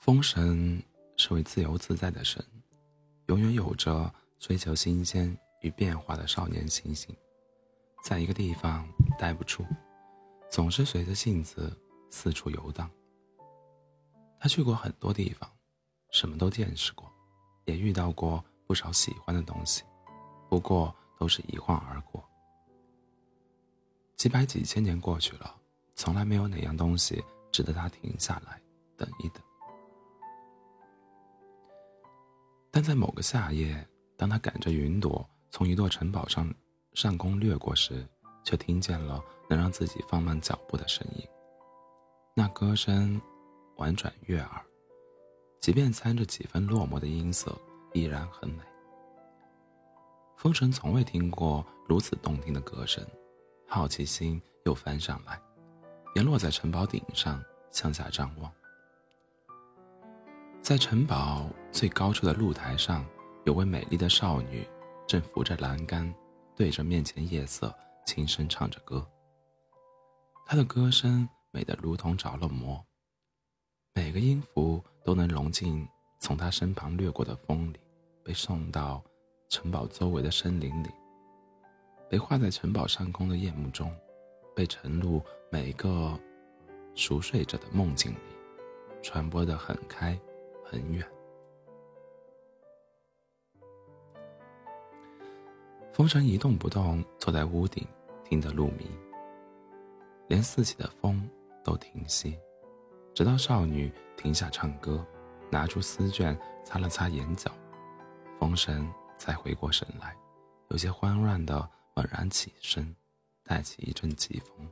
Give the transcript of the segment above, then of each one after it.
风神是位自由自在的神，永远有着追求新鲜与变化的少年心性，在一个地方待不住，总是随着性子四处游荡。他去过很多地方，什么都见识过，也遇到过不少喜欢的东西，不过都是一晃而过。几百几千年过去了，从来没有哪样东西值得他停下来等一等。但在某个夏夜，当他赶着云朵从一座城堡上空掠过时，却听见了能让自己放慢脚步的声音。那歌声婉转悦耳，即便掺着几分落寞的音色，依然很美。风神从未听过如此动听的歌声，好奇心又翻上来，便落在城堡顶上向下张望。在城堡最高处的露台上，有位美丽的少女正扶着栏杆，对着面前夜色轻声唱着歌。她的歌声美得如同着了魔，每个音符都能融进从她身旁掠过的风里，被送到城堡周围的森林里，被画在城堡上空的夜幕中，被沉入每个熟睡者的梦境里，传播得很开很远。风神一动不动坐在屋顶，听得入迷，连四起的风都停息，直到少女停下唱歌，拿出丝绢擦了擦眼角，风神才回过神来，有些慌乱地猛然起身，带起一阵疾风。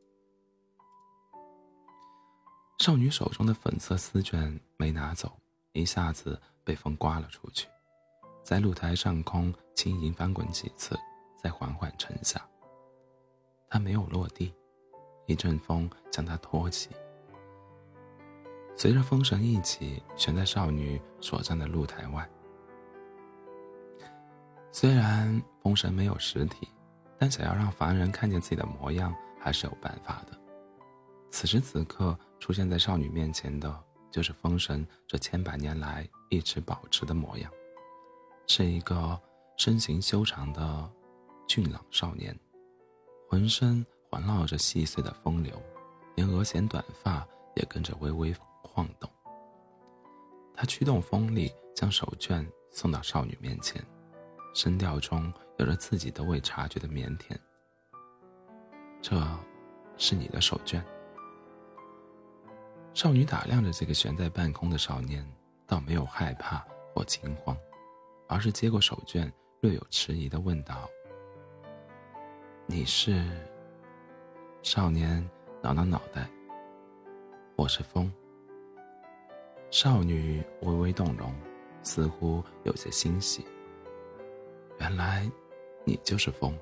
少女手中的粉色丝绢没拿走，一下子被风刮了出去，在露台上空轻盈翻滚几次，再缓缓沉下。她没有落地，一阵风将她托起，随着风神一起悬在少女所站的露台外。虽然风神没有实体，但想要让凡人看见自己的模样还是有办法的。此时此刻出现在少女面前的，就是风神这千百年来一直保持的模样，是一个身形修长的俊朗少年，浑身环绕着细碎的风流，连额前短发也跟着微微晃动。他驱动风力，将手绢送到少女面前，声调中有着自己都未察觉的腼腆。这是你的手绢。少女打量着这个悬在半空的少年，倒没有害怕或惊慌，而是接过手绢，略有迟疑地问道：你是？少年挠挠脑袋：我是风。少女微微动容，似乎有些欣喜：原来你就是风。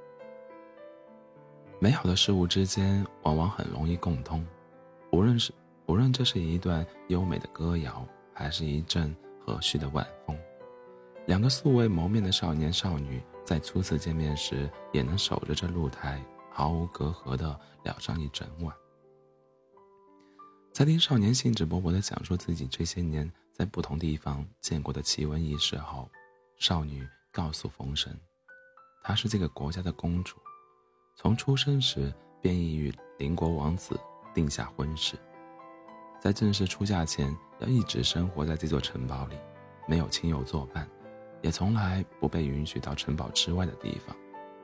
美好的事物之间往往很容易共通，无论这是一段优美的歌谣，还是一阵和煦的晚风，两个素未谋面的少年少女在初次见面时，也能守着这露台，毫无隔阂地聊上一整晚。在听少年兴致勃勃地讲述自己这些年在不同地方见过的奇闻异事后，少女告诉风神，她是这个国家的公主，从出生时便已与邻国王子定下婚事，在正式出嫁前要一直生活在这座城堡里，没有亲友作伴，也从来不被允许到城堡之外的地方。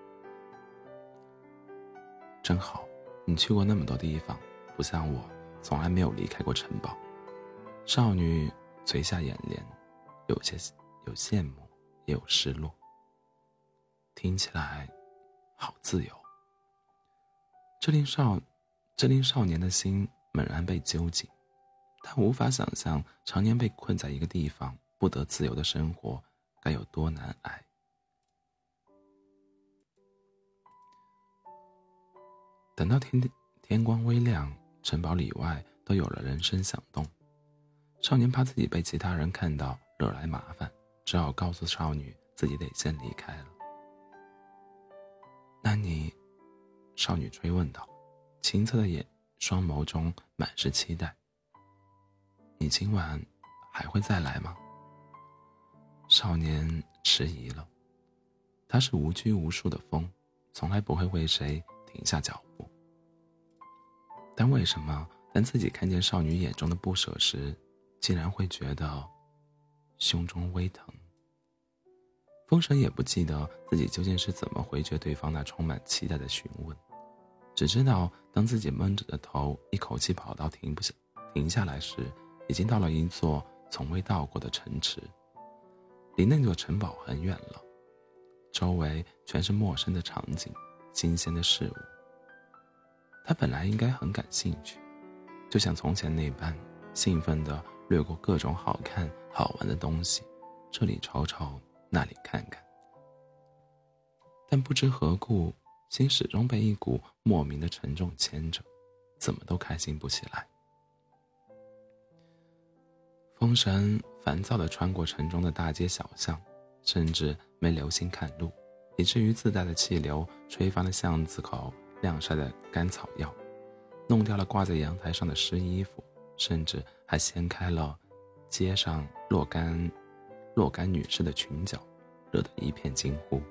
真好，你去过那么多地方，不像我从来没有离开过城堡。少女垂下眼帘，有羡慕，也有失落。听起来好自由。这令少年的心猛然被揪紧，他无法想象常年被困在一个地方不得自由的生活该有多难挨。等到天光微亮，城堡里外都有了人声响动。少年怕自己被其他人看到惹来麻烦，只好告诉少女自己得先离开了。那你？少女追问道，清澈的双眸中满是期待。 你今晚还会再来吗？少年迟疑了，他是无拘无束的风，从来不会为谁停下脚步。但为什么当自己看见少女眼中的不舍时，竟然会觉得胸中微疼？风神也不记得自己究竟是怎么回绝对方那充满期待的询问，只知道当自己闷着的头一口气跑到停下来时，已经到了一座从未到过的城池，离那座城堡很远了，周围全是陌生的场景，新鲜的事物。他本来应该很感兴趣，就像从前那般兴奋地掠过各种好看好玩的东西，这里瞅瞅，那里看看。但不知何故，心始终被一股莫名的沉重牵着，怎么都开心不起来。风神烦躁地穿过城中的大街小巷，甚至没留心看路，以至于自带的气流吹翻了巷子口晾晒的干草药，弄掉了挂在阳台上的湿衣服，甚至还掀开了街上若干女士的裙角，惹得一片惊呼。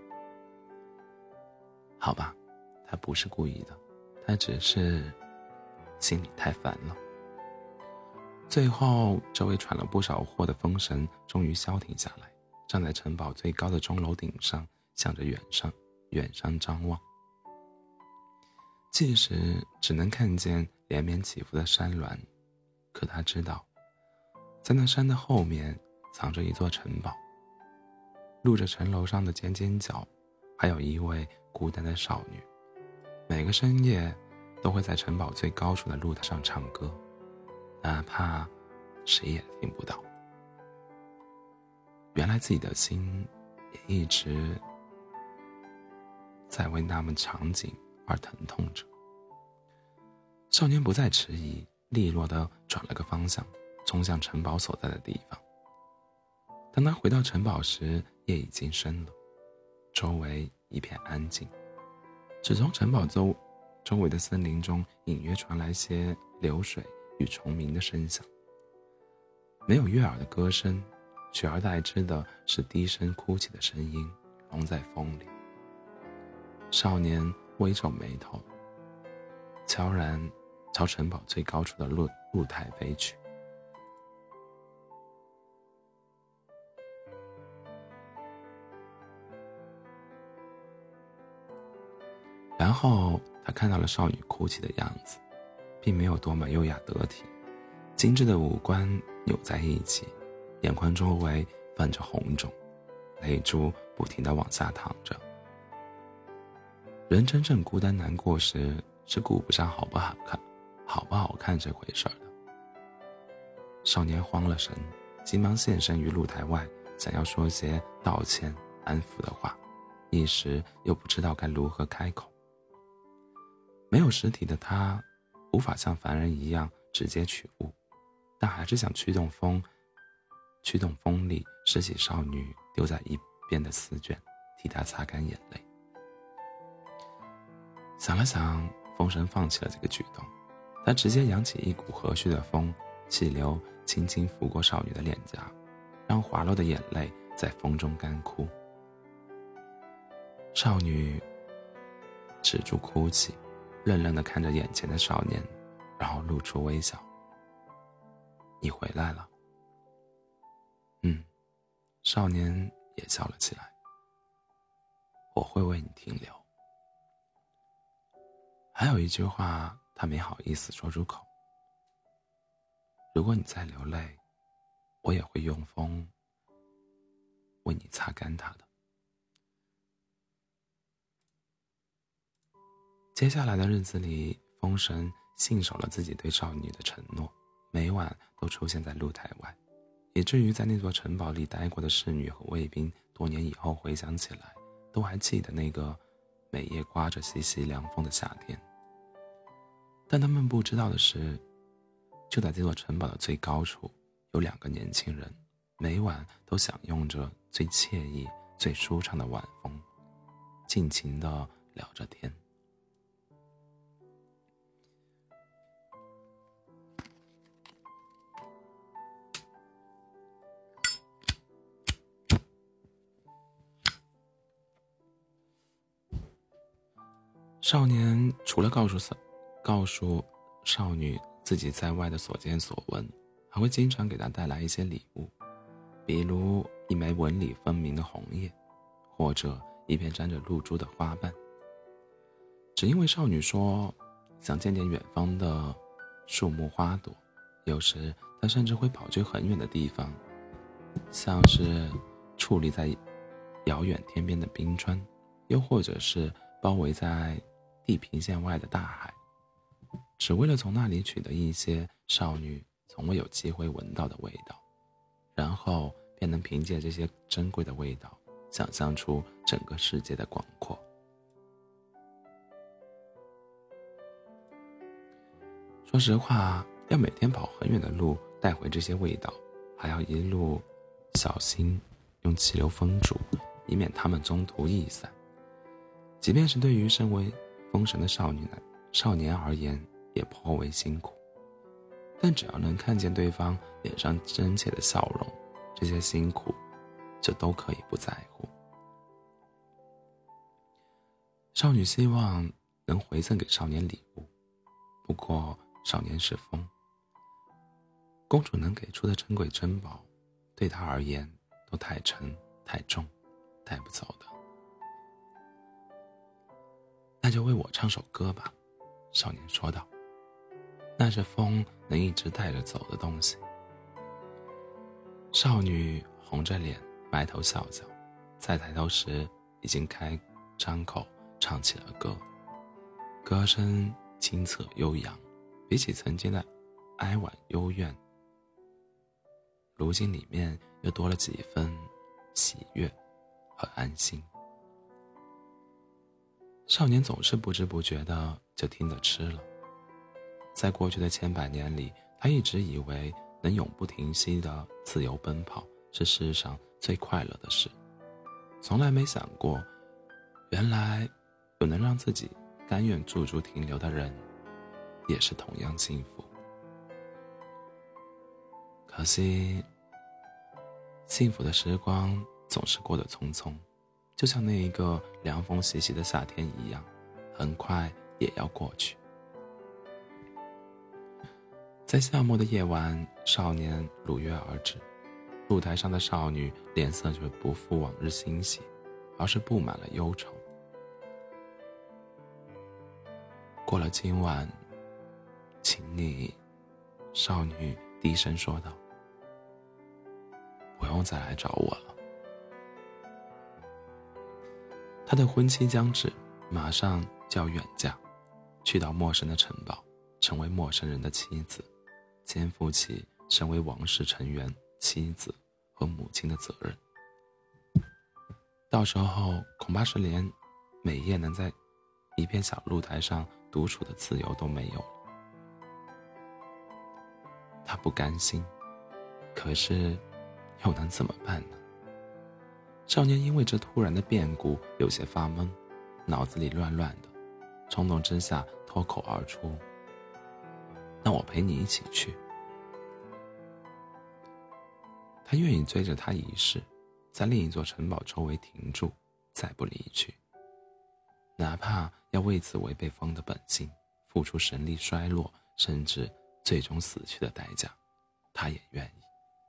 好吧，他不是故意的，他只是心里太烦了。最后，这位喘了不少货的风神终于消停下来，站在城堡最高的钟楼顶上，向着远山张望。即使只能看见连绵起伏的山峦，可他知道，在那山的后面藏着一座城堡，露着城楼上的尖尖角，还有一位孤单的少女，每个深夜都会在城堡最高处的露台上唱歌，哪怕谁也听不到。原来自己的心也一直在为那么场景而疼痛着。少年不再迟疑，利落地转了个方向，冲向城堡所在的地方。当他回到城堡时，夜已经深了，周围一片安静，只从城堡周围的森林中隐约传来些流水与虫鸣的声响，没有悦耳的歌声，取而代之的是低声哭泣的声音，融在风里。少年微皱眉头，悄然朝城堡最高处的露台飞去。然后他看到了少女哭泣的样子，并没有多么优雅得体，精致的五官扭在一起，眼眶周围泛着红肿，泪珠不停地往下淌着。人真正孤单难过时，是顾不上好不好看这回事的。少年慌了神，急忙现身于露台外，想要说些道歉安抚的话，一时又不知道该如何开口。没有实体的他无法像凡人一样直接取物，但还是想驱动风力，拾起少女丢在一边的丝卷，替她擦干眼泪。想了想，风神放弃了这个举动，他直接扬起一股和煦的风，气流轻轻拂过少女的脸颊，让滑落的眼泪在风中干枯。少女止住哭泣，愣愣地看着眼前的少年，然后露出微笑。你回来了。少年也笑了起来。我会为你停留。还有一句话他没好意思说出口，如果你再流泪，我也会用风为你擦干它的。接下来的日子里，风神信守了自己对少女的承诺，每晚都出现在露台外，以至于在那座城堡里待过的侍女和卫兵多年以后回想起来，都还记得那个每夜刮着习习凉风的夏天。但他们不知道的是，就在这座城堡的最高处，有2个年轻人，每晚都享用着最惬意最舒畅的晚风，尽情地聊着天。 少年除了告诉少女自己在外的所见所闻，还会经常给她带来一些礼物，比如一枚纹理分明的红叶，或者一片沾着露珠的花瓣。只因为少女说想见见远方的树木花朵，有时她甚至会跑去很远的地方，像是矗立在遥远天边的冰川，又或者是包围在地平线外的大海，只为了从那里取得一些少女从未有机会闻到的味道，然后便能凭借这些珍贵的味道想象出整个世界的广阔。说实话，要每天跑很远的路带回这些味道，还要一路小心用气流封住，以免它们中途逸散。即便是对于身为风神的少年而言，也颇为辛苦。但只要能看见对方脸上真切的笑容，这些辛苦就都可以不在乎。少女希望能回赠给少年礼物，不过少年是风，公主能给出的珍贵珍宝，对他而言都太沉太重，带不走的。那就为我唱首歌吧，少年说道。那是风能一直带着走的东西。少女红着脸埋头笑笑，再抬头时已经张口唱起了歌，歌声清澈悠扬，比起曾经的哀婉幽怨，如今里面又多了几分喜悦和安心。少年总是不知不觉的就听得痴了。在过去的千百年里，他一直以为能永不停息的自由奔跑是世上最快乐的事，从来没想过，原来有能让自己甘愿驻足停留的人，也是同样幸福。可惜，幸福的时光总是过得匆匆，就像那一个凉风习习的夏天一样，很快也要过去。在夏末的夜晚，少年如约而至，露台上的少女脸色却不复往日欣喜，而是布满了忧愁。过了今晚，请你，少女低声说道，不用再来找我了。她的婚期将至，马上就要远嫁，去到陌生的城堡，成为陌生人的妻子，肩负起身为王室成员、妻子和母亲的责任。到时候恐怕是连每夜能在一片小露台上独处的自由都没有了。他不甘心，可是又能怎么办呢？少年因为这突然的变故有些发懵，脑子里乱乱的，冲动之下脱口而出，那我陪你一起去。他愿意追着她一试，在另一座城堡周围停住，再不离去，哪怕要为此违背风的本性，付出神力衰落，甚至最终死去的代价，他也愿意。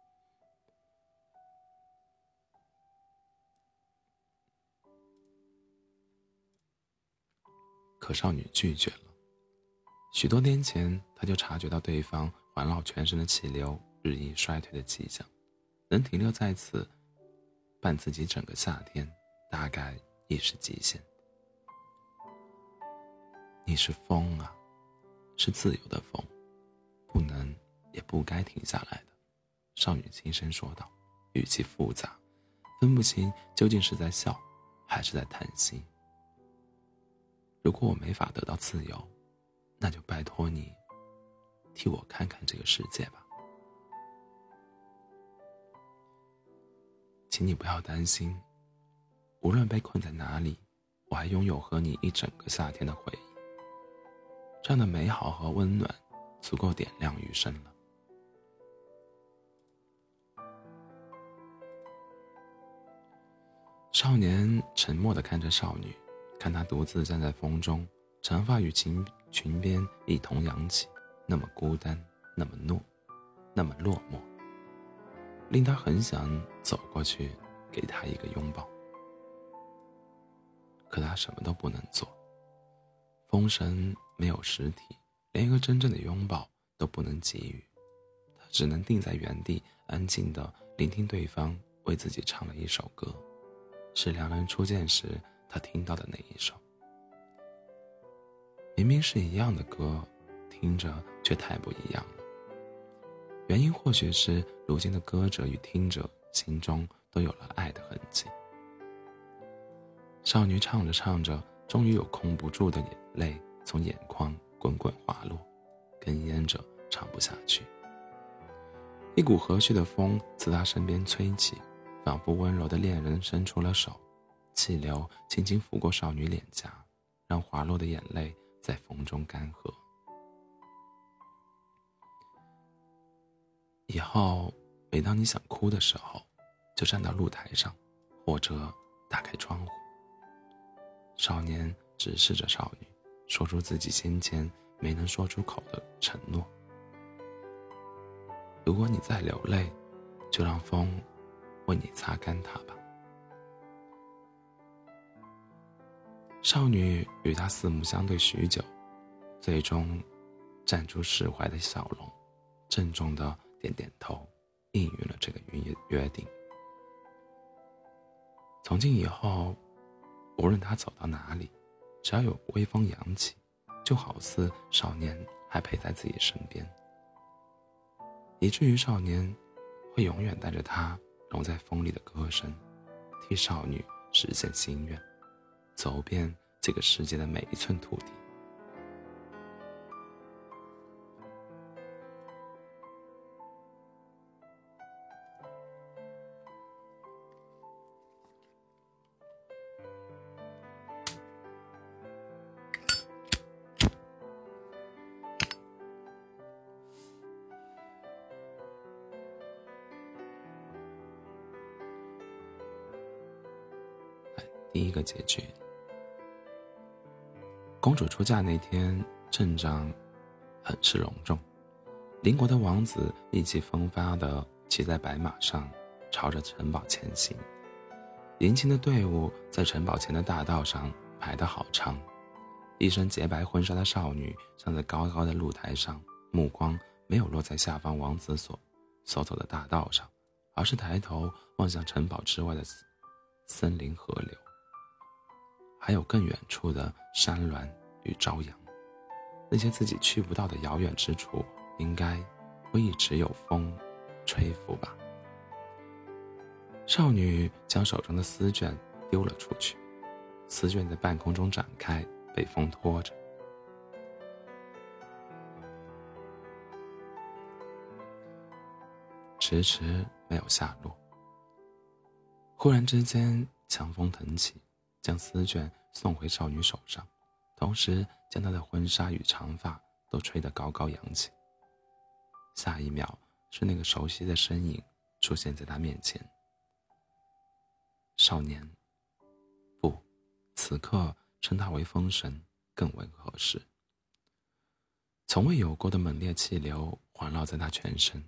可少女拒绝了。许多年前，她就察觉到对方环绕全身的气流日益衰退的迹象，能停留在此伴自己整个夏天，大概已是极限。你是风啊，是自由的风，不能也不该停下来的，少女轻声说道，语气复杂，分不清究竟是在笑还是在叹息。如果我没法得到自由，那就拜托你替我看看这个世界吧。请你不要担心，无论被困在哪里，我还拥有和你一整个夏天的回忆。这样的美好和温暖足够点亮余生了。少年沉默地看着少女，看她独自站在风中， 长发与裙边一同扬起，那么孤单，那么落寞，令他很想走过去给她一个拥抱。可他什么都不能做，风神没有实体，连一个真正的拥抱都不能给予，他只能定在原地，安静地聆听对方为自己唱了一首歌，是两人初见时他听到的那一首。明明是一样的歌，听着却太不一样了。原因或许是如今的歌者与听者心中都有了爱的痕迹。少女唱着唱着，终于有控不住的眼泪从眼眶滚滚滑落，哽咽着唱不下去。一股和煦的风自她身边吹起，仿佛温柔的恋人伸出了手，气流轻轻拂过少女脸颊，让滑落的眼泪在风中干涸。以后每当你想哭的时候，就站到露台上，或者打开窗户。少年直视着少女，说出自己先前没能说出口的承诺。如果你再流泪，就让风为你擦干它吧。少女与他四目相对许久，最终绽出释怀的笑容，郑重地点点头，应允了这个约定。从今以后，无论他走到哪里，只要有微风扬起，就好似少年还陪在自己身边，以至于少年会永远带着他融在风里的歌声，替少女实现心愿，走遍这个世界的每一寸土地。第一个结局，公主出嫁那天，阵仗很是隆重，邻国的王子意气风发地骑在白马上，朝着城堡前行。迎亲的队伍在城堡前的大道上排得好长，一身洁白婚纱的少女站在高高的露台上，目光没有落在下方王子所走的大道上，而是抬头望向城堡之外的森林河流，还有更远处的山峦与朝阳。那些自己去不到的遥远之处，应该会一直有风吹拂吧。少女将手中的丝绢丢了出去，丝绢在半空中展开，被风拖着。迟迟没有下落。忽然之间，强风腾起，将丝绢送回少女手上，同时将她的婚纱与长发都吹得高高扬起。下一秒，是那个熟悉的身影出现在她面前。少年，不，此刻称他为风神更为合适。从未有过的猛烈气流环绕在他全身，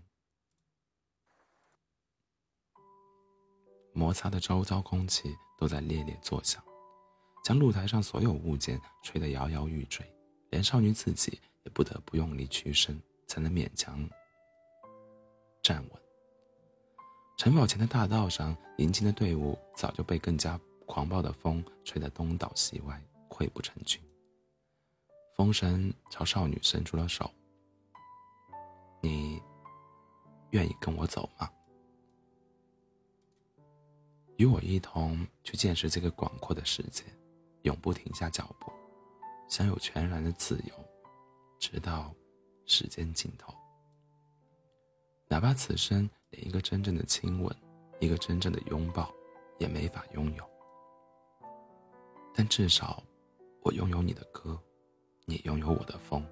摩擦的周遭空气都在烈烈作响，将露台上所有物件吹得摇摇欲坠，连少女自己也不得不用力屈身，才能勉强站稳。城堡前的大道上，迎亲的队伍早就被更加狂暴的风吹得东倒西歪，溃不成军。风神朝少女伸出了手：“你愿意跟我走吗？与我一同去见识这个广阔的世界，永不停下脚步，享有全然的自由，直到时间尽头。哪怕此生连一个真正的亲吻，一个真正的拥抱也没法拥有，但至少我拥有你的歌，你拥有我的风。”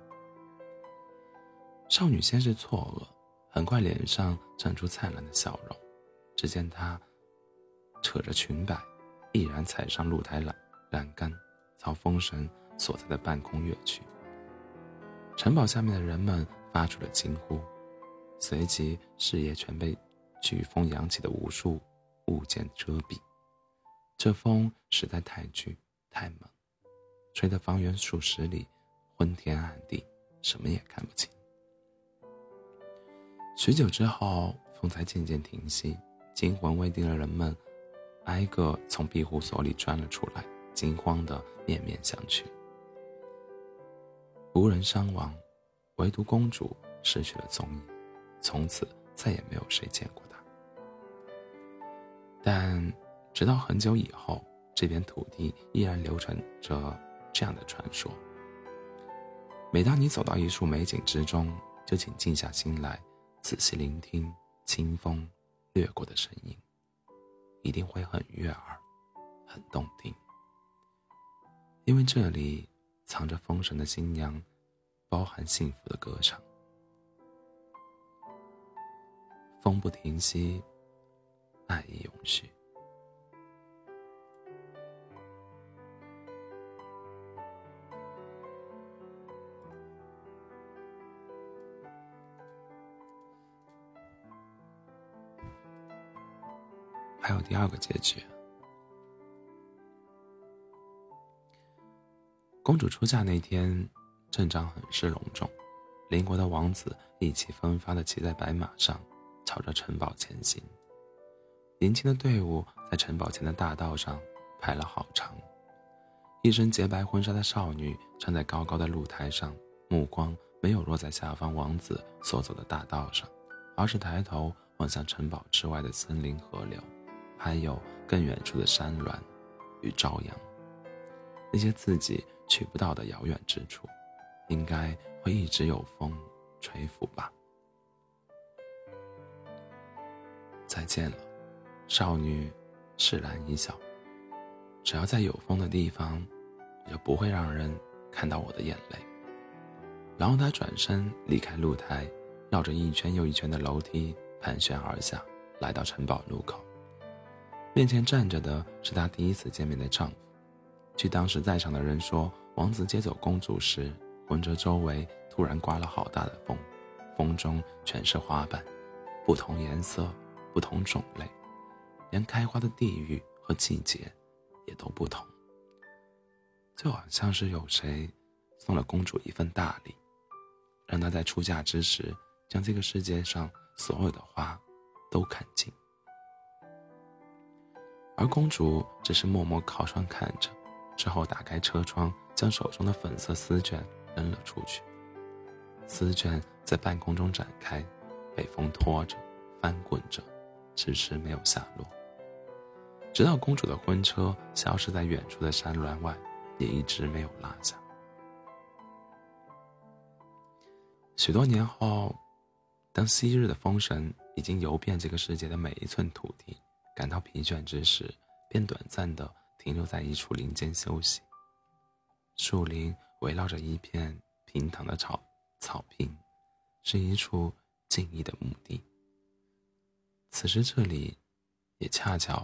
少女先是错愕，很快脸上绽出灿烂的笑容。只见她扯着裙摆，毅然踩上露台栏杆，朝风神所在的半空跃去。城堡下面的人们发出了惊呼，随即视野全被飓风扬起的无数物件遮蔽。这风实在太巨太猛，吹得方圆数十里昏天暗地，什么也看不清。许久之后，风才渐渐停息，惊魂未定的人们挨个从庇护所里钻了出来，惊慌地面面相觑。无人伤亡，唯独公主失去了踪影，从此再也没有谁见过她。但直到很久以后，这片土地依然流传着这样的传说：每当你走到一处美景之中，就请静下心来，仔细聆听清风掠过的声音，一定会很悦耳，很动听。因为这里藏着风神的新娘包含幸福的歌唱。风不停息，爱已永续。还有第二个结局。公主出嫁那天，阵仗很是隆重，邻国的王子意气风发地骑在白马上，朝着城堡前行。迎亲的队伍在城堡前的大道上排了好长，一身洁白婚纱的少女站在高高的露台上，目光没有落在下方王子所走的大道上，而是抬头望向城堡之外的森林河流，还有更远处的山峦与朝阳。那些自己去不到的遥远之处，应该会一直有风吹拂吧。再见了，少女释然一笑，只要在有风的地方，就不会让人看到我的眼泪。然后她转身离开露台，绕着一圈又一圈的楼梯盘旋而下，来到城堡路口。面前站着的是她第一次见面的丈夫。据当时在场的人说，王子接走公主时，婚车周围突然刮了好大的风，风中全是花瓣，不同颜色，不同种类，连开花的地域和季节也都不同。就好像是有谁送了公主一份大礼，让她在出嫁之时将这个世界上所有的花都看尽。而公主只是默默靠窗看着，之后打开车窗，将手中的粉色丝绢扔了出去。丝绢在半空中展开，被风拖着翻滚着，迟迟没有下落。直到公主的婚车消失在远处的山峦外，也一直没有落下。许多年后，当昔日的风神已经游遍这个世界的每一寸土地，感到疲倦之时，便短暂地停留在一处林间休息。树林围绕着一片平坦的草坪，是一处静谧的墓地。此时这里也恰巧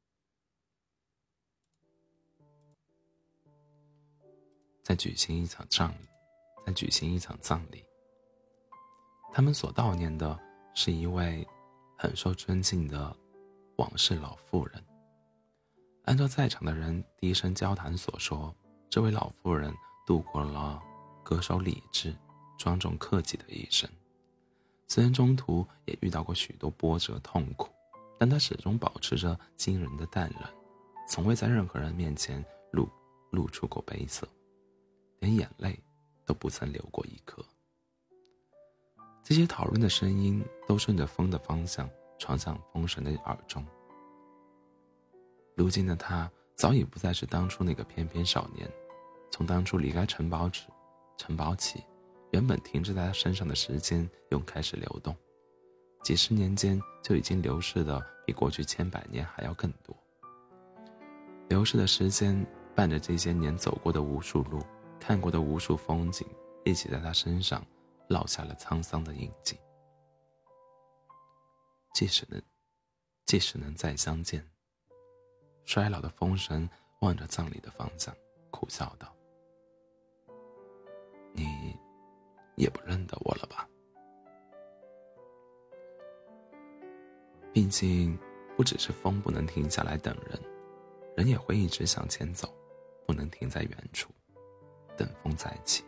在举行一场葬礼。他们所悼念的是一位很受尊敬的王室老妇人。按照在场的人低声交谈所说，这位老妇人度过了恪守理智、庄重克己的一生。虽然中途也遇到过许多波折痛苦，但她始终保持着惊人的淡然，从未在任何人面前露出过悲色，连眼泪都不曾流过一颗。这些讨论的声音都顺着风的方向传向风神的耳中。如今的他早已不再是当初那个翩翩少年，从当初离开城堡起，原本停滞在他身上的时间又开始流动，几十年间就已经流逝的比过去千百年还要更多。流逝的时间伴着这些年走过的无数路，看过的无数风景，一起在他身上烙下了沧桑的印记。即使能再相见，衰老的风神望着葬礼的方向，苦笑道： 也不认得我了吧？毕竟，不只是风不能停下来等人，人也会一直向前走，不能停在远处，等风再起。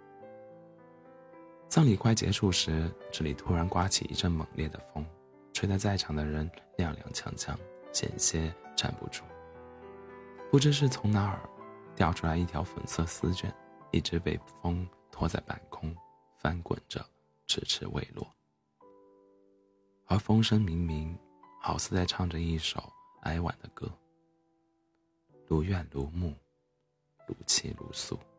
葬礼快结束时，这里突然刮起一阵猛烈的风，吹得在场的人踉踉跄跄，险些站不住。不知是从哪儿掉出来一条粉色丝卷，一直被风拖在半空，翻滚着，迟迟未落。而风声冥冥，好似在唱着一首哀婉的歌，如怨如慕，如泣如诉。